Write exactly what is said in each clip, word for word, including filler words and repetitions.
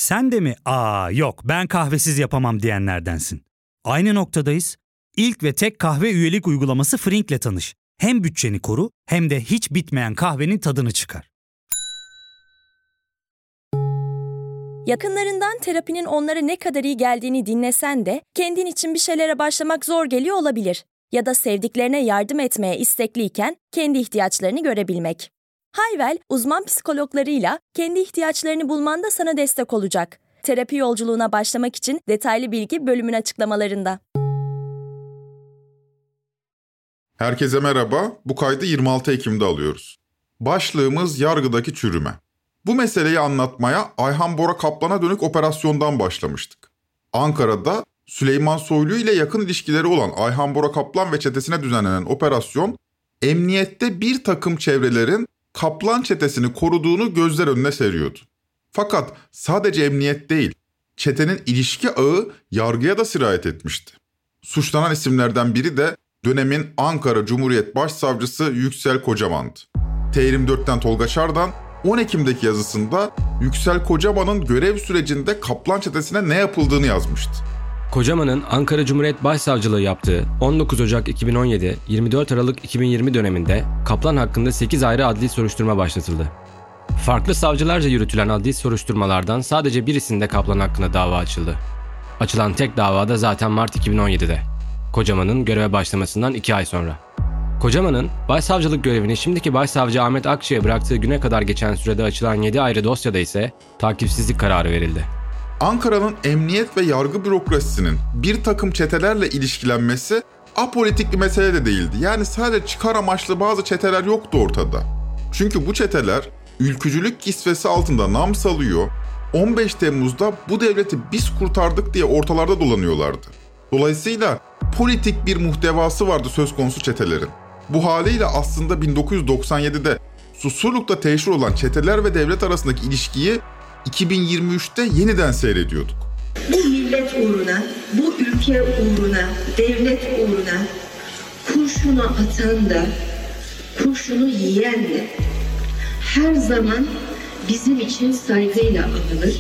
Sen de mi "Aa yok ben kahvesiz yapamam" diyenlerdensin? Aynı noktadayız. İlk ve tek kahve üyelik uygulaması Frink'le tanış. Hem bütçeni koru hem de hiç bitmeyen kahvenin tadını çıkar. Yakınlarından terapinin onlara ne kadar iyi geldiğini dinlesen de kendin için bir şeylere başlamak zor geliyor olabilir. Ya da sevdiklerine yardım etmeye istekliyken kendi ihtiyaçlarını görebilmek. Hayvel, uzman psikologlarıyla kendi ihtiyaçlarını bulmanda sana destek olacak. Terapi yolculuğuna başlamak için detaylı bilgi bölümün açıklamalarında. Herkese merhaba. Bu kaydı yirmi altı Ekim'de alıyoruz. Başlığımız yargıdaki çürüme. Bu meseleyi anlatmaya Ayhan Bora Kaplan'a dönük operasyondan başlamıştık. Ankara'da Süleyman Soylu ile yakın ilişkileri olan Ayhan Bora Kaplan ve çetesine düzenlenen operasyon, emniyette bir takım çevrelerin Kaplan çetesini koruduğunu gözler önüne seriyordu. Fakat sadece emniyet değil, çetenin ilişki ağı yargıya da sirayet etmişti. Suçlanan isimlerden biri de dönemin Ankara Cumhuriyet Başsavcısı Yüksel Kocaman'dı. T yirmi dört'ten Tolga Çardan on Ekim'deki yazısında Yüksel Kocaman'ın görev sürecinde Kaplan çetesine ne yapıldığını yazmıştı. Kocaman'ın Ankara Cumhuriyet Başsavcılığı yaptığı on dokuz Ocak iki bin on yedi - yirmi dört Aralık iki bin yirmi döneminde Kaplan hakkında sekiz ayrı adli soruşturma başlatıldı. Farklı savcılarca yürütülen adli soruşturmalardan sadece birisinde Kaplan hakkında dava açıldı. Açılan tek davada zaten Mart iki bin on yedi'de. Kocaman'ın göreve başlamasından iki ay sonra. Kocaman'ın başsavcılık görevini şimdiki başsavcı Ahmet Akçı'ya bıraktığı güne kadar geçen sürede açılan yedi ayrı dosyada ise takipsizlik kararı verildi. Ankara'nın emniyet ve yargı bürokrasisinin bir takım çetelerle ilişkilenmesi apolitik bir mesele de değildi. Yani sadece çıkar amaçlı bazı çeteler yoktu ortada. Çünkü bu çeteler ülkücülük kisvesi altında nam salıyor, on beş Temmuz'da bu devleti biz kurtardık diye ortalarda dolanıyorlardı. Dolayısıyla politik bir muhtevası vardı söz konusu çetelerin. Bu haliyle aslında bin dokuz yüz doksan yedi'de Susurluk'ta teşhir olan çeteler ve devlet arasındaki ilişkiyi iki bin yirmi üç'te yeniden seyrediyorduk. Bu millet uğruna, bu ülke uğruna, devlet uğruna kurşunu atan da, kurşunu yiyen de her zaman bizim için saygıyla anılır.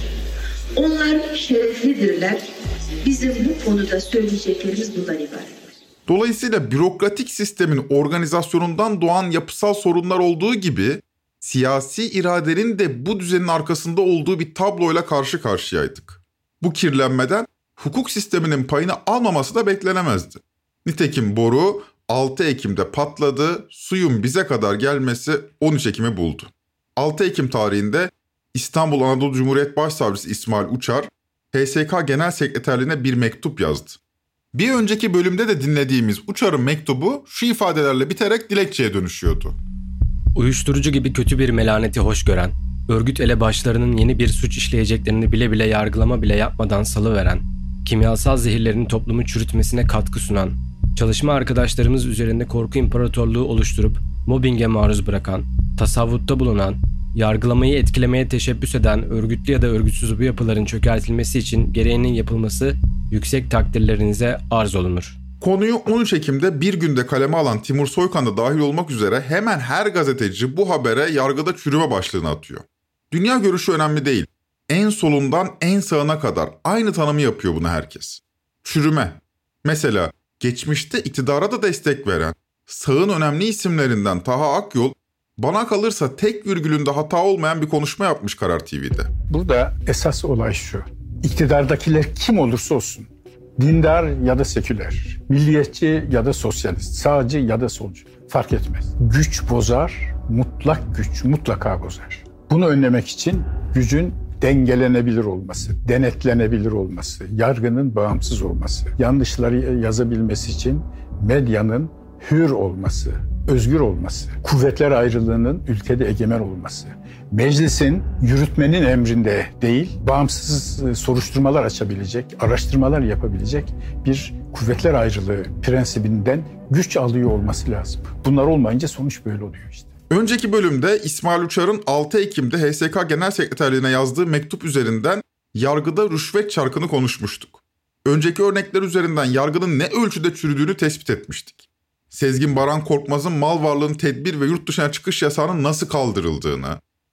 Onlar şereflidirler. Bizim bu konuda söyleyeceklerimiz bundan ibaret. Dolayısıyla bürokratik sistemin organizasyonundan doğan yapısal sorunlar olduğu gibi siyasi iradenin de bu düzenin arkasında olduğu bir tabloyla karşı karşıyaydık. Bu kirlenmeden hukuk sisteminin payını almaması da beklenemezdi. Nitekim boru altı Ekim'de patladı, suyun bize kadar gelmesi on üç Ekim'i buldu. altı Ekim tarihinde İstanbul Anadolu Cumhuriyet Başsavcısı İsmail Uçar, H S K Genel Sekreterliğine bir mektup yazdı. Bir önceki bölümde de dinlediğimiz Uçar'ın mektubu şu ifadelerle biterek dilekçeye dönüşüyordu. Uyuşturucu gibi kötü bir melaneti hoş gören, örgüt elebaşlarının yeni bir suç işleyeceklerini bile bile yargılama bile yapmadan salıveren, kimyasal zehirlerin toplumu çürütmesine katkı sunan, çalışma arkadaşlarımız üzerinde korku imparatorluğu oluşturup mobbinge maruz bırakan, tasavvutta bulunan, yargılamayı etkilemeye teşebbüs eden örgütlü ya da örgütsüz bu yapıların çökertilmesi için gereğinin yapılması yüksek takdirlerinize arz olunur. Konuyu on üç Ekim'de bir günde kaleme alan Timur Soykan da dahil olmak üzere hemen her gazeteci bu habere yargıda çürüme başlığını atıyor. Dünya görüşü önemli değil. En solundan en sağına kadar aynı tanımı yapıyor buna herkes. Çürüme. Mesela geçmişte iktidara da destek veren sağın önemli isimlerinden Taha Akyol, bana kalırsa tek virgülünde hata olmayan bir konuşma yapmış Karar T V'de. Burada esas olay şu. İktidardakiler kim olursa olsun, dindar ya da seküler, milliyetçi ya da sosyalist, sağcı ya da solcu fark etmez. Güç bozar, mutlak güç mutlaka bozar. Bunu önlemek için gücün dengelenebilir olması, denetlenebilir olması, yargının bağımsız olması, yanlışları yazabilmesi için medyanın hür olması, özgür olması, kuvvetler ayrılığının ülkede egemen olması, meclisin yürütmenin emrinde değil, bağımsız soruşturmalar açabilecek, araştırmalar yapabilecek bir kuvvetler ayrılığı prensibinden güç alıyor olması lazım. Bunlar olmayınca sonuç böyle oluyor işte. Önceki bölümde İsmail Uçar'ın altı Ekim'de H S K Genel Sekreterliğine yazdığı mektup üzerinden yargıda rüşvet çarkını konuşmuştuk. Önceki örnekler üzerinden yargının ne ölçüde çürüdüğünü tespit etmiştik. Sezgin Baran Korkmaz'ın mal varlığının tedbir ve yurt dışına çıkış yasağının nasıl kaldırıldığını,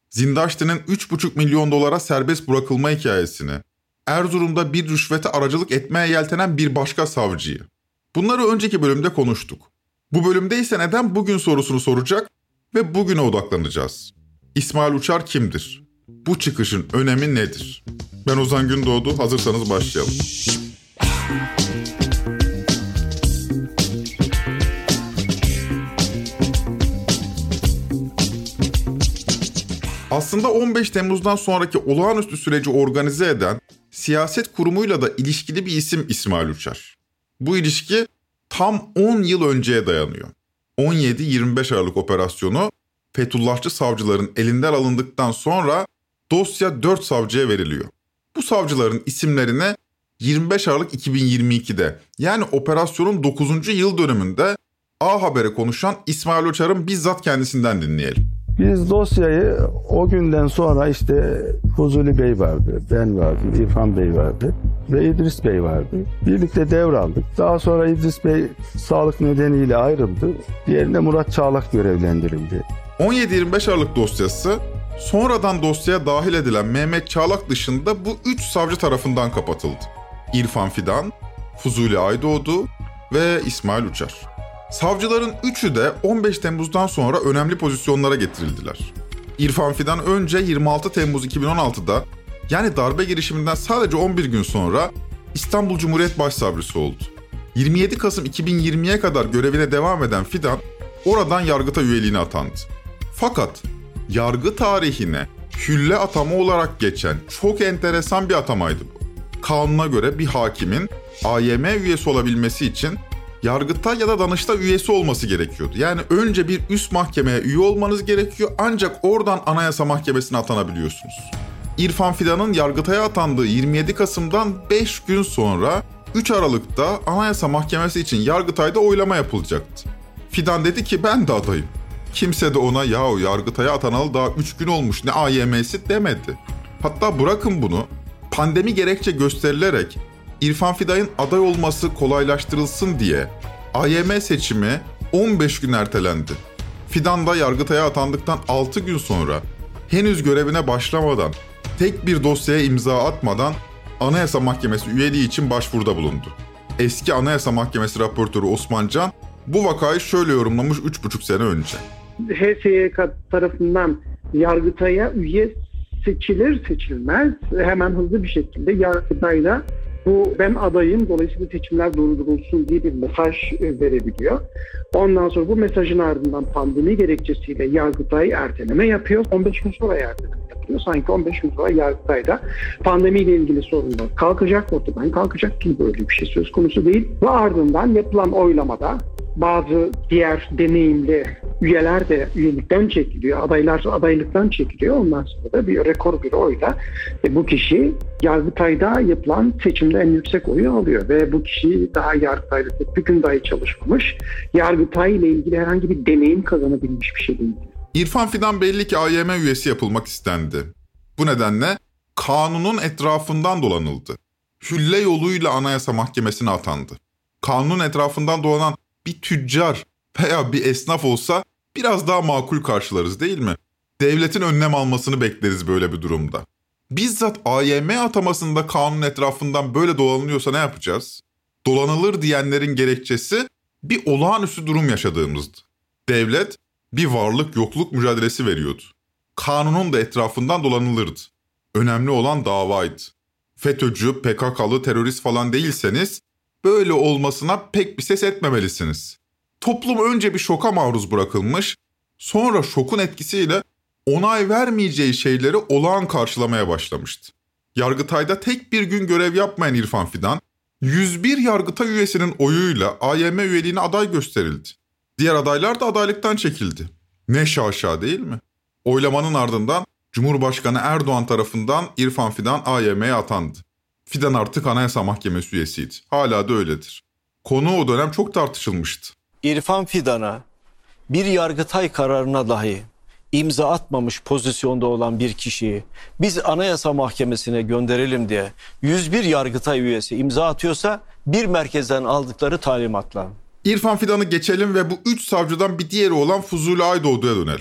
Zindaşti'nin üç buçuk milyon dolara serbest bırakılma hikayesini, Erzurum'da bir rüşvete aracılık etmeye yeltenen bir başka savcıyı. Bunları önceki bölümde konuştuk. Bu bölümde ise neden bugün sorusunu soracak ve bugüne odaklanacağız. İsmail Uçar kimdir? Bu çıkışın önemi nedir? Ben Ozan Gündoğdu, hazırsanız başlayalım. Aslında on beş Temmuz'dan sonraki olağanüstü süreci organize eden siyaset kurumuyla da ilişkili bir isim İsmail Uçar. Bu ilişki tam on yıl önceye dayanıyor. on yedi yirmi beş Aralık operasyonu Fethullahçı savcıların elinden alındıktan sonra dosya dört savcıya veriliyor. Bu savcıların isimlerini yirmi beş Aralık iki bin yirmi ikide yani operasyonun dokuzuncu yıl dönümünde A Haber'e konuşan İsmail Uçar'ın bizzat kendisinden dinleyelim. Biz dosyayı o günden sonra işte Fuzuli Bey vardı, ben vardım, İrfan Bey vardı ve İdris Bey vardı. Birlikte devraldık. Daha sonra İdris Bey sağlık nedeniyle ayrıldı. Diğerinde Murat Çağlak görevlendirildi. on yedi yirmi beş Aralık dosyası sonradan dosyaya dahil edilen Mehmet Çağlak dışında bu üç savcı tarafından kapatıldı. İrfan Fidan, Fuzuli Aydoğdu ve İsmail Uçar. Savcıların üçü de on beş Temmuz'dan sonra önemli pozisyonlara getirildiler. İrfan Fidan önce yirmi altı Temmuz iki bin on altıda yani darbe girişiminden sadece on bir gün sonra İstanbul Cumhuriyet Başsavcısı oldu. yirmi yedi Kasım iki bin yirmiye kadar görevine devam eden Fidan oradan Yargıtay üyeliğine atandı. Fakat yargı tarihine hülle atama olarak geçen çok enteresan bir atamaydı bu. Kanuna göre bir hakimin A Y M üyesi olabilmesi için Yargıtay ya da Danıştay üyesi olması gerekiyordu. Yani önce bir üst mahkemeye üye olmanız gerekiyor ancak oradan Anayasa Mahkemesi'ne atanabiliyorsunuz. İrfan Fidan'ın Yargıtay'a atandığı yirmi yedi Kasım'dan beş gün sonra üç Aralık'ta Anayasa Mahkemesi için Yargıtay'da oylama yapılacaktı. Fidan dedi ki ben de adayım. Kimse de ona yahu Yargıtay'a atanalı daha üç gün olmuş ne A Y M'si demedi. Hatta bırakın bunu, pandemi gerekçe gösterilerek İrfan Fidan'ın aday olması kolaylaştırılsın diye A Y M seçimi on beş gün ertelendi. Fidan da Yargıtay'a atandıktan altı gün sonra henüz görevine başlamadan, tek bir dosyaya imza atmadan Anayasa Mahkemesi üyeliği için başvuruda bulundu. Eski Anayasa Mahkemesi raportörü Osman Can bu vakayı şöyle yorumlamış üç buçuk sene önce. H S Y K tarafından Yargıtay'a üye seçilir seçilmez hemen hızlı bir şekilde Yargıtay'da bu ben adayım dolayısıyla seçimler durdurulsun diye bir mesaj verebiliyor. Ondan sonra bu mesajın ardından pandemi gerekçesiyle Yargıtay erteleme yapıyor. on beş gün sonra erteleme yapıyor. Sanki on beş gün sonra Yargıtay'da pandemiyle ilgili sorunlar kalkacak, ortadan kalkacak gibi böyle bir şey söz konusu değil. Ve ardından yapılan oylamada bazı diğer deneyimli üyeler de üyelikten çekiliyor, adaylar adaylıktan çekiliyor. Ondan sonra da bir rekor bir oyla e, bu kişi Yargıtay'da yapılan seçimde en yüksek oyu alıyor ve bu kişi daha Yargıtay'da bir gün dahi çalışmamış. Yargıtay ile ilgili herhangi bir deneyim kazanabilmiş bir şey değil. İrfan Fidan belli ki A Y M üyesi yapılmak istendi. Bu nedenle kanunun etrafından dolanıldı. Hülle yoluyla Anayasa Mahkemesi'ne atandı. Kanunun etrafından dolanan bir tüccar veya bir esnaf olsa biraz daha makul karşılarız değil mi? Devletin önlem almasını bekleriz böyle bir durumda. Bizzat A Y M atamasında kanun etrafından böyle dolanılıyorsa ne yapacağız? Dolanılır diyenlerin gerekçesi bir olağanüstü durum yaşadığımızdı. Devlet bir varlık yokluk mücadelesi veriyordu. Kanunun da etrafından dolanılırdı. Önemli olan davaydı. FETÖ'cü, P K K'lı, terörist falan değilseniz böyle olmasına pek bir ses etmemelisiniz. Toplum önce bir şoka maruz bırakılmış, sonra şokun etkisiyle onay vermeyeceği şeyleri olağan karşılamaya başlamıştı. Yargıtay'da tek bir gün görev yapmayan İrfan Fidan, yüz bir Yargıtay üyesinin oyuyla A Y M üyeliğine aday gösterildi. Diğer adaylar da adaylıktan çekildi. Ne şaşa değil mi? Oylamanın ardından Cumhurbaşkanı Erdoğan tarafından İrfan Fidan A Y M'ye atandı. Fidan artık Anayasa Mahkemesi üyesiydi. Hala da öyledir. Konu o dönem çok tartışılmıştı. İrfan Fidan'a bir Yargıtay kararına dahi imza atmamış pozisyonda olan bir kişiyi biz Anayasa Mahkemesi'ne gönderelim diye yüz bir Yargıtay üyesi imza atıyorsa bir merkezden aldıkları talimatla. İrfan Fidan'ı geçelim ve bu üç savcıdan bir diğeri olan Fuzuli Aydoğdu'ya dönelim.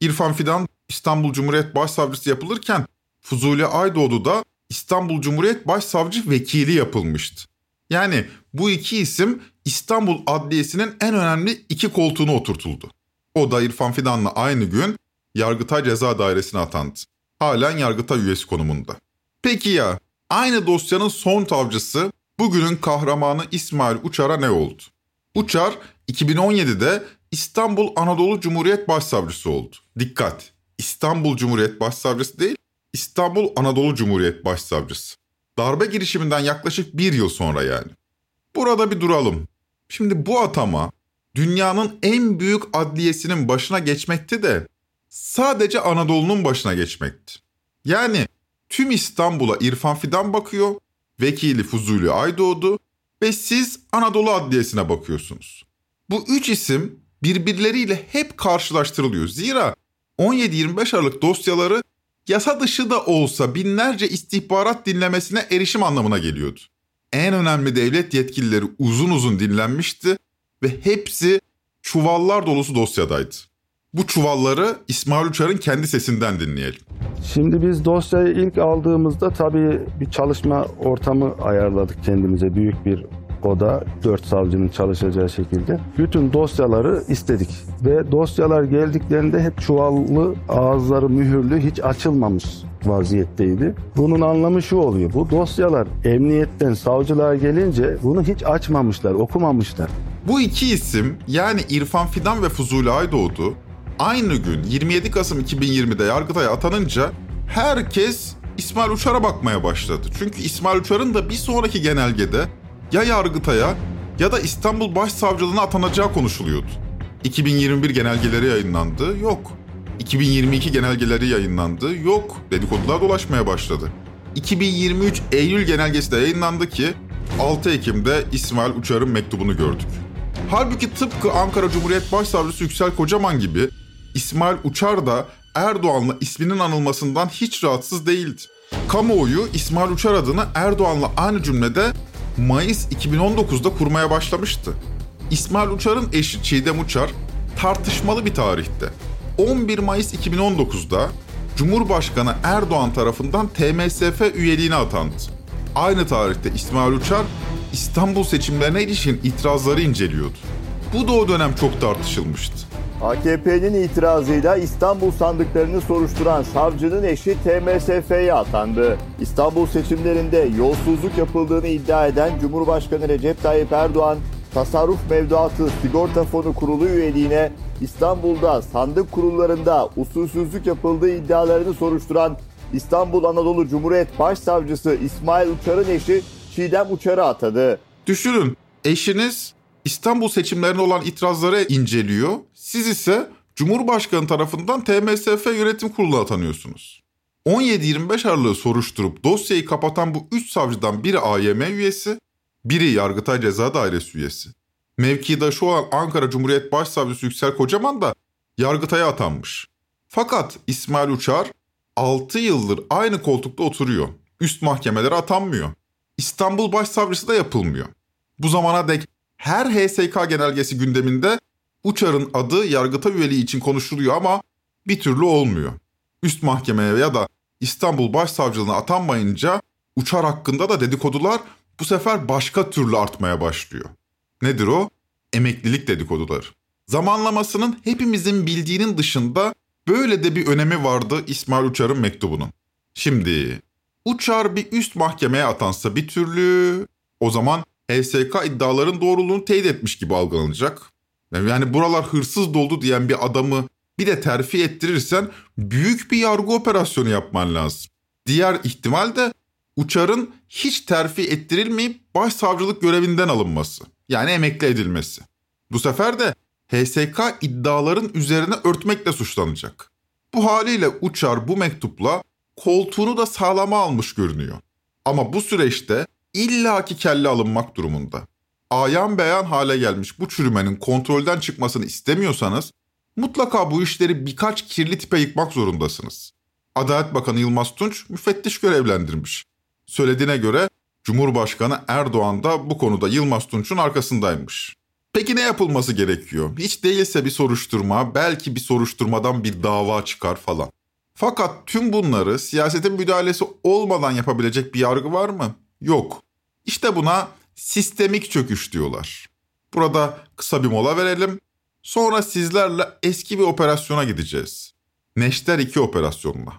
İrfan Fidan İstanbul Cumhuriyet Başsavcısı yapılırken Fuzuli Aydoğdu da İstanbul Cumhuriyet Başsavcı Vekili yapılmıştı. Yani bu iki isim İstanbul Adliyesi'nin en önemli iki koltuğuna oturtuldu. O da İrfan Fidan'la aynı gün Yargıtay Ceza Dairesi'ne atandı. Halen Yargıtay üyesi konumunda. Peki ya aynı dosyanın son savcısı bugünün kahramanı İsmail Uçar'a ne oldu? Uçar iki bin on yedide İstanbul Anadolu Cumhuriyet Başsavcısı oldu. Dikkat! İstanbul Cumhuriyet Başsavcısı değil, İstanbul Anadolu Cumhuriyet Başsavcısı. Darbe girişiminden yaklaşık bir yıl sonra yani. Burada bir duralım. Şimdi bu atama dünyanın en büyük adliyesinin başına geçmekti de sadece Anadolu'nun başına geçmekti. Yani tüm İstanbul'a İrfan Fidan bakıyor, vekili Fuzuli Aydoğdu ve siz Anadolu Adliyesi'ne bakıyorsunuz. Bu üç isim birbirleriyle hep karşılaştırılıyor. Zira on yedi yirmi beş Aralık dosyaları yasa dışı da olsa binlerce istihbarat dinlemesine erişim anlamına geliyordu. En önemli devlet yetkilileri uzun uzun dinlenmişti ve hepsi çuvallar dolusu dosyadaydı. Bu çuvalları İsmail Uçar'ın kendi sesinden dinleyelim. Şimdi biz dosyayı ilk aldığımızda tabii bir çalışma ortamı ayarladık kendimize. Büyük bir oda, dört savcının çalışacağı şekilde. Bütün dosyaları istedik. Ve dosyalar geldiklerinde hep çuvallı, ağızları mühürlü, hiç açılmamış vaziyetteydi. Bunun anlamı şu oluyor. Bu dosyalar emniyetten savcılığa gelince bunu hiç açmamışlar, okumamışlar. Bu iki isim yani İrfan Fidan ve Fuzuli Aydoğdu aynı gün yirmi yedi Kasım iki bin yirmide Yargıtay'a atanınca herkes İsmail Uçar'a bakmaya başladı. Çünkü İsmail Uçar'ın da bir sonraki genelgede ya Yargıtay'a ya da İstanbul Başsavcılığına atanacağı konuşuluyordu. iki bin yirmi bir genelgeleri yayınlandı, yok. iki bin yirmi iki genelgeleri yayınlandı, yok. Dedikodular dolaşmaya başladı. iki bin yirmi üç Eylül genelgesi de yayınlandı ki altı Ekim'de İsmail Uçar'ın mektubunu gördük. Halbuki tıpkı Ankara Cumhuriyet Başsavcısı Yüksel Kocaman gibi İsmail Uçar da Erdoğan'la isminin anılmasından hiç rahatsız değildi. Kamuoyu İsmail Uçar adını Erdoğan'la aynı cümlede Mayıs iki bin on dokuzda kurmaya başlamıştı. İsmail Uçar'ın eşi Çiğdem Uçar tartışmalı bir tarihte on bir Mayıs iki bin on dokuzda Cumhurbaşkanı Erdoğan tarafından T M S F üyeliğine atandı. Aynı tarihte İsmail Uçar İstanbul seçimlerine ilişkin itirazları inceliyordu. Bu da o dönem çok tartışılmıştı. A K P'nin itirazıyla İstanbul sandıklarını soruşturan savcının eşi T M S F'ye atandı. İstanbul seçimlerinde yolsuzluk yapıldığını iddia eden Cumhurbaşkanı Recep Tayyip Erdoğan, Tasarruf Mevduatı Sigorta Fonu Kurulu üyeliğine İstanbul'da sandık kurullarında usulsüzlük yapıldığı iddialarını soruşturan İstanbul Anadolu Cumhuriyet Başsavcısı İsmail Uçar'ın eşi Çiğdem Uçar'ı atadı. Düşünün, eşiniz İstanbul seçimlerine olan itirazları inceliyor. Siz ise Cumhurbaşkanı tarafından T M S F Yönetim Kurulu'na atanıyorsunuz. on yedi yirmi beş Aralık'ı soruşturup dosyayı kapatan bu üç savcıdan biri A Y M üyesi, biri Yargıtay Ceza Dairesi üyesi. Mevkidaşı olan Ankara Cumhuriyet Başsavcısı Yüksel Kocaman da Yargıtay'a atanmış. Fakat İsmail Uçar altı yıldır aynı koltukta oturuyor. Üst mahkemelere atanmıyor. İstanbul Başsavcısı da yapılmıyor. Bu zamana dek her H S K genelgesi gündeminde Uçar'ın adı Yargıtay üyeliği için konuşuluyor ama bir türlü olmuyor. Üst mahkemeye ya da İstanbul Başsavcılığına atanmayınca Uçar hakkında da dedikodular bu sefer başka türlü artmaya başlıyor. Nedir o? Emeklilik dedikoduları. Zamanlamasının hepimizin bildiğinin dışında böyle de bir önemi vardı İsmail Uçar'ın mektubunun. Şimdi Uçar bir üst mahkemeye atansa bir türlü, o zaman H S K iddiaların doğruluğunu teyit etmiş gibi algılanacak. Yani buralar hırsız doldu diyen bir adamı bir de terfi ettirirsen büyük bir yargı operasyonu yapman lazım. Diğer ihtimal de Uçar'ın hiç terfi ettirilmeyip başsavcılık görevinden alınması. Yani emekli edilmesi. Bu sefer de H S K iddiaların üzerine örtmekle suçlanacak. Bu haliyle Uçar bu mektupla koltuğunu da sağlama almış görünüyor. Ama bu süreçte illaki kelle alınmak durumunda. Ayan beyan hale gelmiş bu çürümenin kontrolden çıkmasını istemiyorsanız mutlaka bu işleri birkaç kirli tipe yıkmak zorundasınız. Adalet Bakanı Yılmaz Tunç müfettiş görevlendirmiş. Söylediğine göre Cumhurbaşkanı Erdoğan da bu konuda Yılmaz Tunç'un arkasındaymış. Peki ne yapılması gerekiyor? Hiç değilse bir soruşturma, belki bir soruşturmadan bir dava çıkar falan. Fakat tüm bunları siyasetin müdahalesi olmadan yapabilecek bir yargı var mı? Yok. İşte buna sistemik çöküş diyorlar. Burada kısa bir mola verelim. Sonra sizlerle eski bir operasyona gideceğiz. Neşter iki operasyonuna.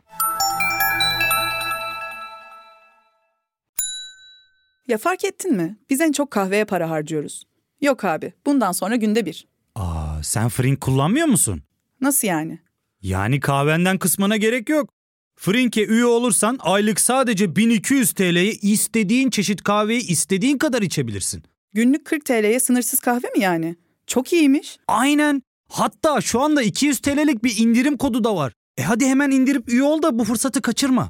Ya fark ettin mi? Biz en çok kahveye para harcıyoruz. Yok abi, bundan sonra günde bir. Aa, sen Frink kullanmıyor musun? Nasıl yani? Yani kahvenden kısmına gerek yok. Frink'e üye olursan aylık sadece bin iki yüz T L'ye istediğin çeşit kahveyi istediğin kadar içebilirsin. Günlük kırk T L'ye sınırsız kahve mi yani? Çok iyiymiş. Aynen. Hatta şu anda iki yüz T L'lik bir indirim kodu da var. E hadi hemen indirip üye ol da bu fırsatı kaçırma.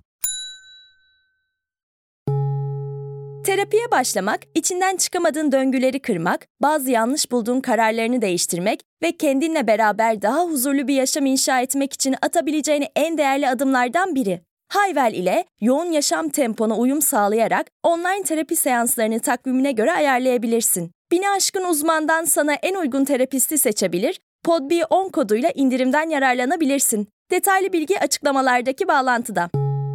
Terapiye başlamak, içinden çıkamadığın döngüleri kırmak, bazı yanlış bulduğun kararlarını değiştirmek ve kendinle beraber daha huzurlu bir yaşam inşa etmek için atabileceğin en değerli adımlardan biri. Hayvel ile yoğun yaşam tempona uyum sağlayarak online terapi seanslarını takvimine göre ayarlayabilirsin. Bini aşkın uzmandan sana en uygun terapisti seçebilir, P O D B on koduyla indirimden yararlanabilirsin. Detaylı bilgi açıklamalardaki bağlantıda.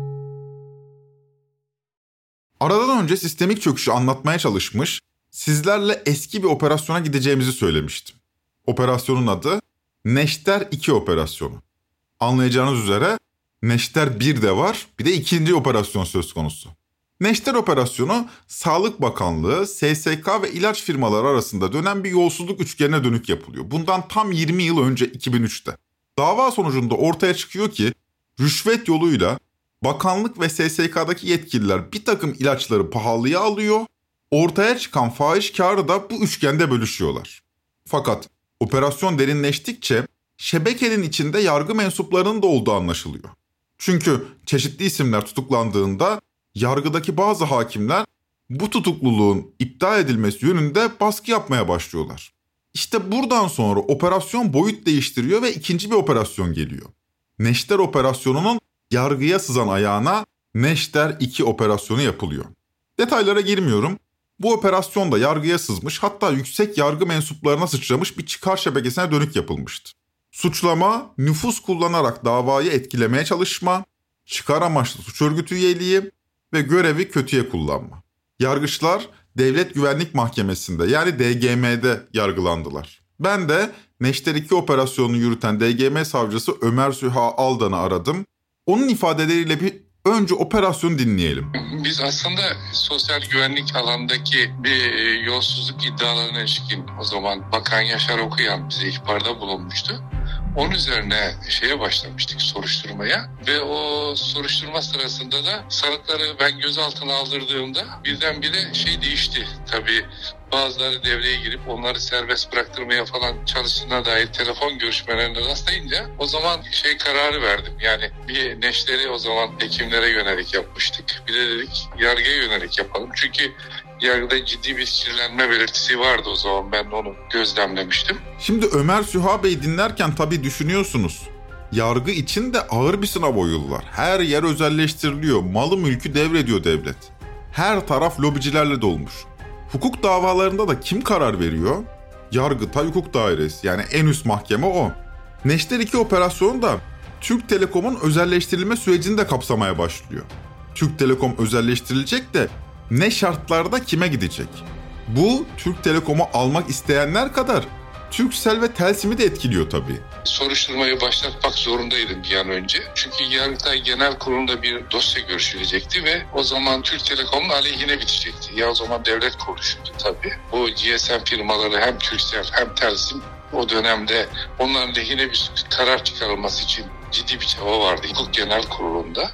Aradan önce sistemik çöküşü anlatmaya çalışmış, sizlerle eski bir operasyona gideceğimizi söylemiştim. Operasyonun adı Neşter iki operasyonu. Anlayacağınız üzere Neşter bir de var, bir de ikinci operasyon söz konusu. Neşter operasyonu Sağlık Bakanlığı, S S K ve ilaç firmaları arasında dönen bir yolsuzluk üçgenine dönük yapılıyor. Bundan tam yirmi yıl önce iki bin üçte. Dava sonucunda ortaya çıkıyor ki rüşvet yoluyla bakanlık ve S S K'daki yetkililer bir takım ilaçları pahalıya alıyor, ortaya çıkan fahiş karı da bu üçgende bölüşüyorlar. Fakat operasyon derinleştikçe şebekenin içinde yargı mensuplarının da olduğu anlaşılıyor. Çünkü çeşitli isimler tutuklandığında yargıdaki bazı hakimler bu tutukluluğun iptal edilmesi yönünde baskı yapmaya başlıyorlar. İşte buradan sonra operasyon boyut değiştiriyor ve ikinci bir operasyon geliyor. Neşter operasyonunun yargıya sızan ayağına Neşter iki operasyonu yapılıyor. Detaylara girmiyorum. Bu operasyon da yargıya sızmış, hatta yüksek yargı mensuplarına sıçramış bir çıkar şebekesine dönük yapılmıştı. Suçlama, nüfuz kullanarak davayı etkilemeye çalışma, çıkar amaçlı suç örgütü üyeliği ve görevi kötüye kullanma. Yargıçlar Devlet Güvenlik Mahkemesi'nde yani D G M'de yargılandılar. Ben de Neşter iki operasyonunu yürüten D G M savcısı Ömer Süha Aldan'ı aradım. Onun ifadeleriyle bir önce operasyonu dinleyelim. Biz aslında sosyal güvenlik alanındaki bir yolsuzluk iddialarına ilişkin o zaman Bakan Yaşar Okuyan bize ihbarda bulunmuştu. Onun üzerine şeye başlamıştık, soruşturmaya ve o soruşturma sırasında da sanıkları ben gözaltına aldırdığımda birdenbire şey değişti. Tabii bazıları devreye girip onları serbest bıraktırmaya falan çalıştığına dair telefon görüşmelerine rastlayınca o zaman şey kararı verdim. Yani bir neşteri o zaman hekimlere yönelik yapmıştık. Bir de dedik yargıya yönelik yapalım. Çünkü yargıda ciddi bir kirlenme belirtisi vardı o zaman, ben onu gözlemlemiştim. Şimdi Ömer Süha Bey dinlerken tabii düşünüyorsunuz. Yargı için de ağır bir sınav oyulular. Her yer özelleştiriliyor, malı mülkü devrediyor devlet. Her taraf lobicilerle dolmuş. Hukuk davalarında da kim karar veriyor? Yargıtay Hukuk Dairesi, yani en üst mahkeme o. Neşter iki operasyonu da Türk Telekom'un özelleştirilme sürecini de kapsamaya başlıyor. Türk Telekom özelleştirilecek de ne şartlarda kime gidecek? Bu Türk Telekom'u almak isteyenler kadar Turkcell ve Telsim'i de etkiliyor tabii. Soruşturmayı başlatmak zorundaydım bir an önce. Çünkü Yargıtay Genel Kurulu'nda bir dosya görüşülecekti ve o zaman Türk Telekom'un aleyhine bitecekti. Ya o zaman devlet kuruluşuydu tabii. Bu G S M firmaları hem Turkcell hem Telsim o dönemde onların lehine bir karar çıkarılması için ciddi bir çaba vardı Hukuk Genel Kurulu'nda.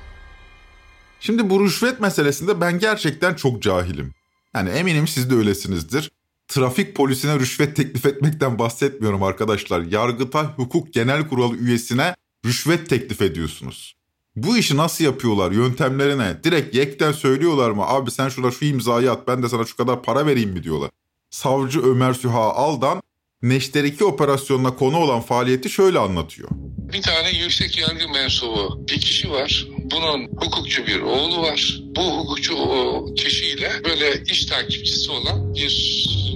Şimdi bu rüşvet meselesinde ben gerçekten çok cahilim. Yani eminim siz de öylesinizdir. Trafik polisine rüşvet teklif etmekten bahsetmiyorum arkadaşlar. Yargıtay Hukuk Genel Kurulu üyesine rüşvet teklif ediyorsunuz. Bu işi nasıl yapıyorlar? Yöntemleri ne? Direkt yekten söylüyorlar mı? Abi sen şuna şu imzayı at, ben de sana şu kadar para vereyim mi diyorlar. Savcı Ömer Süha Aldan Neşter iki operasyonuna konu olan faaliyeti şöyle anlatıyor. Bir tane yüksek yargı mensubu bir kişi var. Bunun hukukçu bir oğlu var. Bu hukukçu o kişiyle böyle iş takipçisi olan bir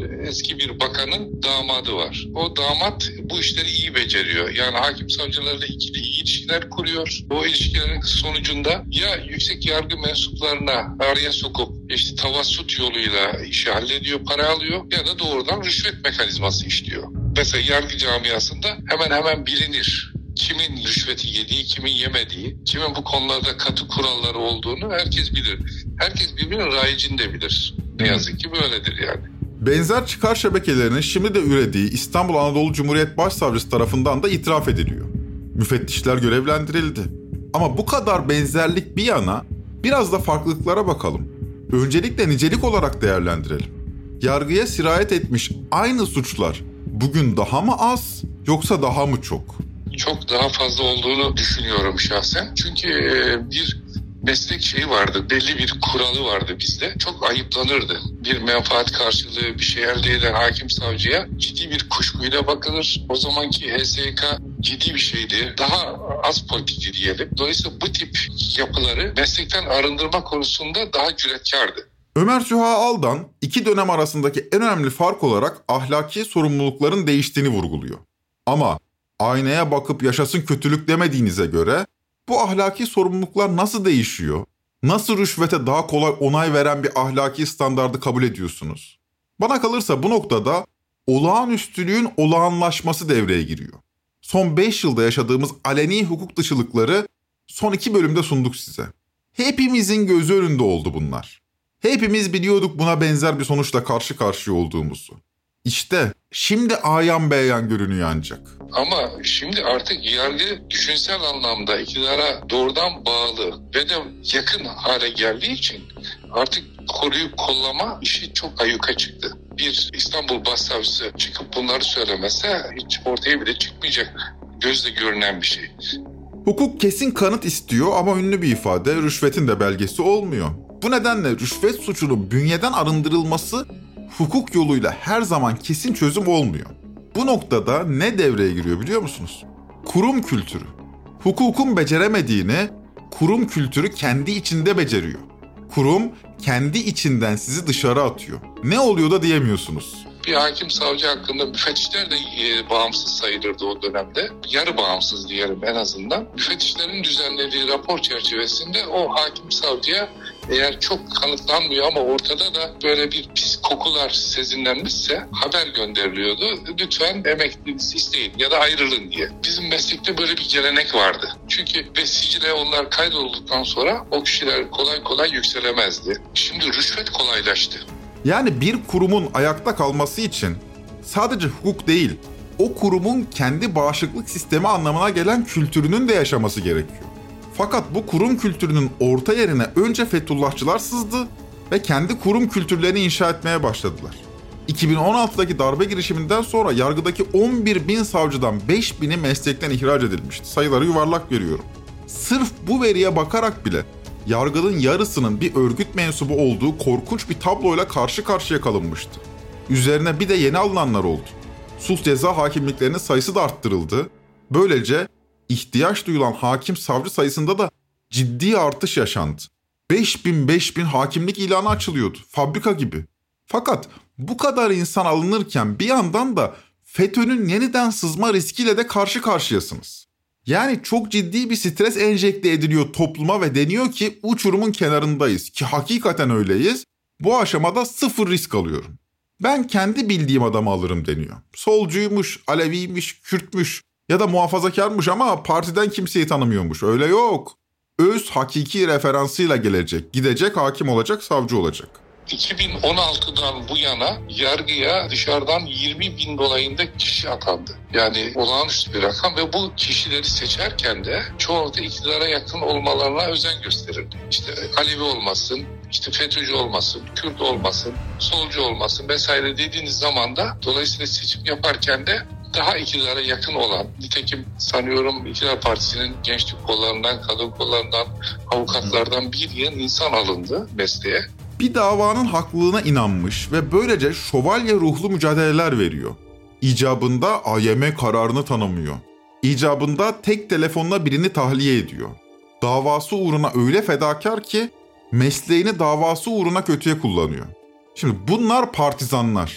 eski bir bakanın damadı var. O damat bu işleri iyi beceriyor. Yani hakim savcılarla ikili iyi ilişkiler kuruyor. O ilişkilerin sonucunda ya yüksek yargı mensuplarına araya sokup işte tavassut yoluyla işi hallediyor, para alıyor ya da doğrudan rüşvet mekanizması işliyor. Mesela yargı camiasında hemen hemen bilinir. Kimin rüşveti yediği, kimin yemediği, kimin bu konularda katı kuralları olduğunu herkes bilir. Herkes birbirinin rayicini de bilir. Ne yazık ki böyledir yani. Benzer çıkar şebekelerinin şimdi de ürediği İstanbul Anadolu Cumhuriyet Başsavcısı tarafından da itiraf ediliyor. Müfettişler görevlendirildi. Ama bu kadar benzerlik bir yana biraz da farklılıklara bakalım. Öncelikle nicelik olarak değerlendirelim. Yargıya sirayet etmiş aynı suçlar bugün daha mı az yoksa daha mı çok? Çok daha fazla olduğunu düşünüyorum şahsen. Çünkü bir meslek şeyi vardı, belli bir kuralı vardı bizde. Çok ayıplanırdı. Bir menfaat karşılığı bir şey elde eden hakim savcıya ciddi bir kuşkuyla bakılır. O zamanki H S K ciddi bir şeydi. Daha az politikti diyelim. Dolayısıyla bu tip yapıları meslekten arındırma konusunda daha cüretkardı. Ömer Süha Aldan iki dönem arasındaki en önemli fark olarak ahlaki sorumlulukların değiştiğini vurguluyor. Ama aynaya bakıp yaşasın kötülük demediğinize göre bu ahlaki sorumluluklar nasıl değişiyor? Nasıl rüşvete daha kolay onay veren bir ahlaki standardı kabul ediyorsunuz? Bana kalırsa bu noktada olağanüstülüğün olağanlaşması devreye giriyor. Son beş yılda yaşadığımız aleni hukuk dışılıkları son iki bölümde sunduk size. Hepimizin gözü önünde oldu bunlar. Hepimiz biliyorduk buna benzer bir sonuçla karşı karşıya olduğumuzu. İşte şimdi ayan beyan görünüyor ancak. Ama şimdi artık yargı düşünsel anlamda iktidara doğrudan bağlı ve de yakın hale geldiği için artık koruyup kollama işi çok ayyuka çıktı. Bir İstanbul Başsavcısı çıkıp bunları söylemese hiç ortaya bile çıkmayacak gözle görünen bir şey. Hukuk kesin kanıt istiyor ama ünlü bir ifade, rüşvetin de belgesi olmuyor. Bu nedenle rüşvet suçunun bünyeden arındırılması hukuk yoluyla her zaman kesin çözüm olmuyor. Bu noktada ne devreye giriyor biliyor musunuz? Kurum kültürü. Hukukun beceremediğini kurum kültürü kendi içinde beceriyor. Kurum kendi içinden sizi dışarı atıyor. Ne oluyor da diyemiyorsunuz. Bir hakim savcı hakkında müfettişler de e, bağımsız sayılırdı o dönemde. Yarı bağımsız diyelim en azından. Müfettişlerin düzenlediği rapor çerçevesinde o hakim savcıya eğer çok kanıtlanmıyor ama ortada da böyle bir pis kokular sezinlenmişse haber gönderiliyordu. Lütfen emekliliğinizi isteyin ya da ayrılın diye. Bizim meslekte böyle bir gelenek vardı. Çünkü besiciliğe onlar kaydolduktan sonra o kişiler kolay kolay yükselemezdi. Şimdi rüşvet kolaylaştı. Yani bir kurumun ayakta kalması için sadece hukuk değil, o kurumun kendi bağışıklık sistemi anlamına gelen kültürünün de yaşaması gerekiyor. Fakat bu kurum kültürünün orta yerine önce Fethullahçılar sızdı ve kendi kurum kültürlerini inşa etmeye başladılar. iki bin on altıdaki darbe girişiminden sonra yargıdaki on bir bin savcıdan beş bini meslekten ihraç edilmişti. Sayıları yuvarlak veriyorum. Sırf bu veriye bakarak bile yargının yarısının bir örgüt mensubu olduğu korkunç bir tabloyla karşı karşıya kalınmıştı. Üzerine bir de yeni alınanlar oldu. Sulh ceza hakimliklerinin sayısı da arttırıldı. Böylece ihtiyaç duyulan hakim savcı sayısında da ciddi artış yaşandı. beş bin beş bin hakimlik ilanı açılıyordu. Fabrika gibi. Fakat bu kadar insan alınırken bir yandan da FETÖ'nün yeniden sızma riskiyle de karşı karşıyasınız. Yani çok ciddi bir stres enjekte ediliyor topluma ve deniyor ki uçurumun kenarındayız. Ki hakikaten öyleyiz. Bu aşamada sıfır risk alıyorum. Ben kendi bildiğim adamı alırım deniyor. Solcuymuş, Aleviymiş, Kürtmüş ya da muhafazakarmış ama partiden kimseyi tanımıyormuş. Öyle yok. Öz hakiki referansıyla gelecek, gidecek, hakim olacak, savcı olacak. iki bin on altıdan bu yana yargıya dışarıdan yirmi bin dolayında kişi atandı. Yani olağanüstü bir rakam ve bu kişileri seçerken de çoğunlukla iktidara yakın olmalarına özen gösterirdi. İşte Alevi olmasın, işte FETÖ'cü olmasın, Kürt olmasın, solcu olmasın vesaire dediğiniz zaman da dolayısıyla seçim yaparken de daha iktidara yakın olan, nitekim sanıyorum iktidar partisinin gençlik kollarından, kadın kollarından, avukatlardan bir yığın insan alındı mesleğe. Bir davanın haklılığına inanmış ve böylece şövalye ruhlu mücadeleler veriyor. İcabında A Y M kararını tanımıyor. İcabında tek telefonla birini tahliye ediyor. Davası uğruna öyle fedakar ki mesleğini davası uğruna kötüye kullanıyor. Şimdi bunlar partizanlar.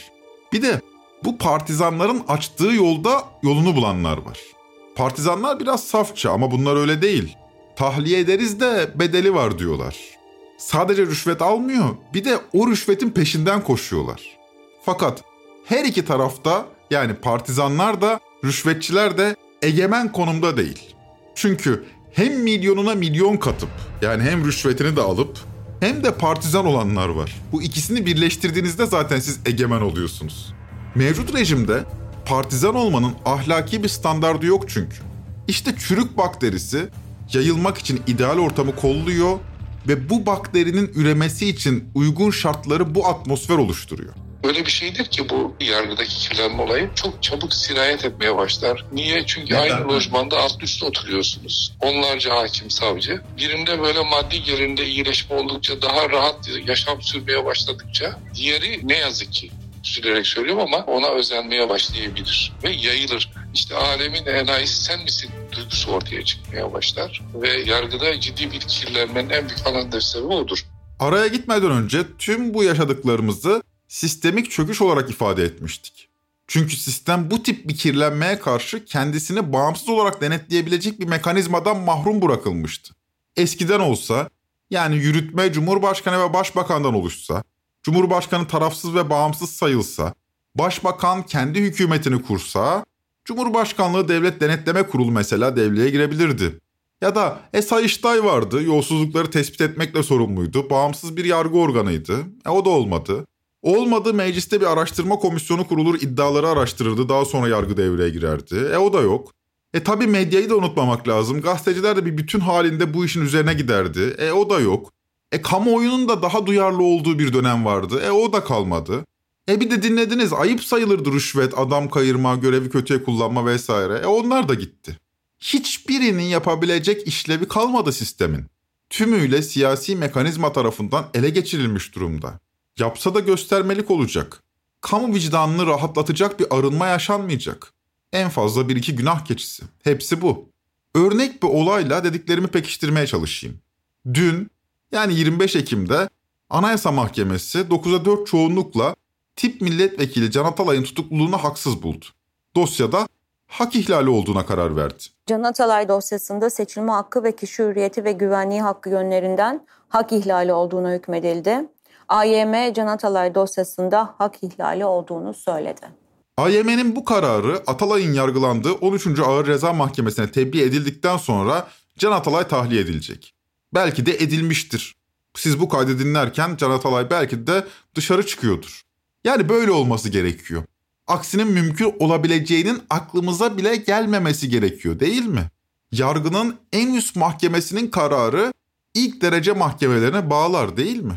Bir de bu partizanların açtığı yolda yolunu bulanlar var. Partizanlar biraz safça ama bunlar öyle değil. Tahliye ederiz de bedeli var diyorlar. Sadece rüşvet almıyor, bir de o rüşvetin peşinden koşuyorlar. Fakat her iki tarafta, yani partizanlar da rüşvetçiler de egemen konumda değil. Çünkü hem milyonuna milyon katıp, yani hem rüşvetini de alıp hem de partizan olanlar var. Bu ikisini birleştirdiğinizde zaten siz egemen oluyorsunuz. Mevcut rejimde partizan olmanın ahlaki bir standardı yok çünkü. İşte çürük bakterisi yayılmak için ideal ortamı kolluyor ve bu bakterinin üremesi için uygun şartları bu atmosfer oluşturuyor. Öyle bir şeydir ki bu yargıdaki kirlenme olayı çok çabuk sirayet etmeye başlar. Niye? Çünkü Neden? Aynı lojmanda alt üstte oturuyorsunuz. Onlarca hakim, savcı. Birinde böyle maddi gelirinde iyileşme oldukça, daha rahat yaşam sürmeye başladıkça diğeri ne yazık ki, üzülerek söylüyorum ama ona özenmeye başlayabilir ve yayılır. İşte alemin enayisi sen misin duygusu ortaya çıkmaya başlar ve yargıda ciddi bir kirlenmenin en büyük alan sebebi odur. Araya gitmeden önce tüm bu yaşadıklarımızı sistemik çöküş olarak ifade etmiştik. Çünkü sistem bu tip bir kirlenmeye karşı kendisini bağımsız olarak denetleyebilecek bir mekanizmadan mahrum bırakılmıştı. Eskiden olsa, yani yürütme Cumhurbaşkanı ve Başbakan'dan oluşsa, Cumhurbaşkanı tarafsız ve bağımsız sayılsa, Başbakan kendi hükümetini kursa, Cumhurbaşkanlığı Devlet Denetleme Kurulu mesela devreye girebilirdi. Ya da e, Sayıştay vardı, yolsuzlukları tespit etmekle sorumluydu, bağımsız bir yargı organıydı. E, o da olmadı. Olmadı, mecliste bir araştırma komisyonu kurulur, iddiaları araştırırdı, daha sonra yargı devreye girerdi. E o da yok. E tabii medyayı da unutmamak lazım. Gazeteciler de bir bütün halinde bu işin üzerine giderdi. E o da yok. E kamuoyunun da daha duyarlı olduğu bir dönem vardı. E o da kalmadı. E bir de dinlediniz, ayıp sayılırdı rüşvet, adam kayırma, görevi kötüye kullanma vesaire. E onlar da gitti. Hiçbirinin yapabilecek işlevi kalmadı sistemin. Tümüyle siyasi mekanizma tarafından ele geçirilmiş durumda. Yapsa da göstermelik olacak. Kamu vicdanını rahatlatacak bir arınma yaşanmayacak. En fazla bir iki günah keçisi. Hepsi bu. Örnek bir olayla dediklerimi pekiştirmeye çalışayım. Dün, yani yirmi beş Ekim'de Anayasa Mahkemesi dokuza dört çoğunlukla tip milletvekili Can Atalay'ın tutukluluğunu haksız buldu. Dosyada hak ihlali olduğuna karar verdi. Can Atalay dosyasında seçilme hakkı ve kişi hürriyeti ve güvenliği hakkı yönlerinden hak ihlali olduğuna hükmedildi. A Y M Can Atalay dosyasında hak ihlali olduğunu söyledi. A Y M'nin bu kararı Atalay'ın yargılandığı on üçüncü Ağır Ceza Mahkemesi'ne tebliğ edildikten sonra Can Atalay tahliye edilecek. Belki de edilmiştir. Siz bu kaydı dinlerken Can Atalay belki de dışarı çıkıyordur. Yani böyle olması gerekiyor. Aksinin mümkün olabileceğinin aklımıza bile gelmemesi gerekiyor, değil mi? Yargının en üst mahkemesinin kararı ilk derece mahkemelerine bağlar, değil mi?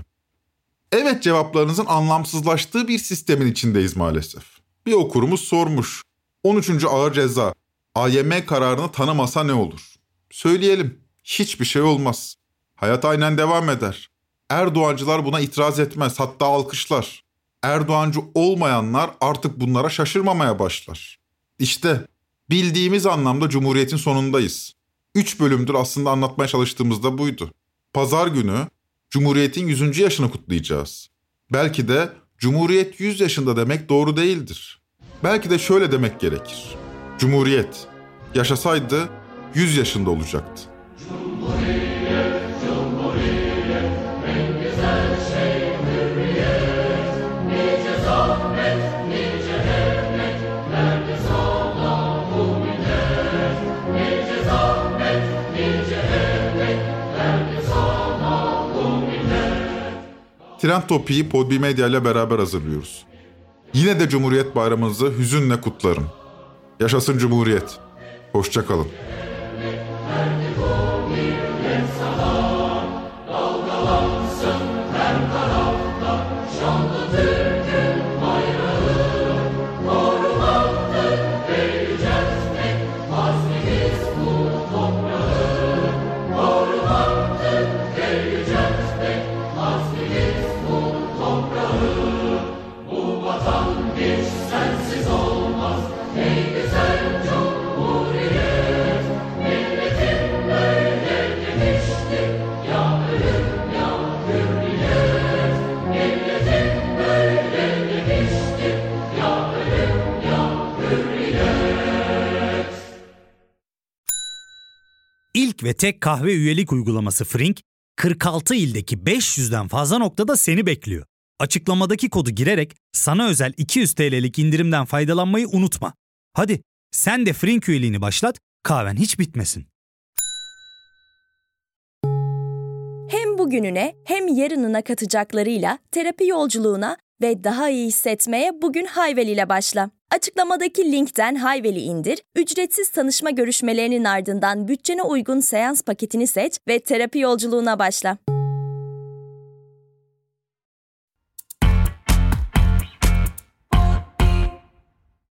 Evet, cevaplarınızın anlamsızlaştığı bir sistemin içindeyiz maalesef. Bir okurumuz sormuş. on üçüncü Ağır Ceza A Y M kararını tanımasa ne olur? Söyleyelim, hiçbir şey olmaz. Hayat aynen devam eder. Erdoğancılar buna itiraz etmez, hatta alkışlar. Erdoğancı olmayanlar artık bunlara şaşırmamaya başlar. İşte bildiğimiz anlamda Cumhuriyet'in sonundayız. Üç bölümdür aslında anlatmaya çalıştığımız da buydu. Pazar günü Cumhuriyet'in yüzüncü yaşını kutlayacağız. Belki de Cumhuriyet yüz yaşında demek doğru değildir. Belki de şöyle demek gerekir. Cumhuriyet yaşasaydı yüz yaşında olacaktı. Cumhuriyet, Cumhuriyet, en güzel şey hürriyet. Nice zahmet, nice emek, verdi sana bu millet. Nice zahmet, nice emek, verdi sana bu millet. Trend Topi'yi Podbi Medya ile beraber hazırlıyoruz. Yine de Cumhuriyet Bayramımızı hüzünle kutlarım. Yaşasın Cumhuriyet. Hoşça kalın. Sensiz olmaz, ey güzel Cumhuriyet. İlk ve tek kahve üyelik uygulaması Frink, kırk altı ildeki beş yüzden fazla noktada seni bekliyor. Açıklamadaki kodu girerek sana özel iki yüz TL'lik indirimden faydalanmayı unutma. Hadi sen de Frink üyeliğini başlat, kahven hiç bitmesin. Hem bugününe hem yarınına katacaklarıyla terapi yolculuğuna ve daha iyi hissetmeye bugün Hayvel ile başla. Açıklamadaki linkten Hayvel'i indir, ücretsiz tanışma görüşmelerinin ardından bütçene uygun seans paketini seç ve terapi yolculuğuna başla.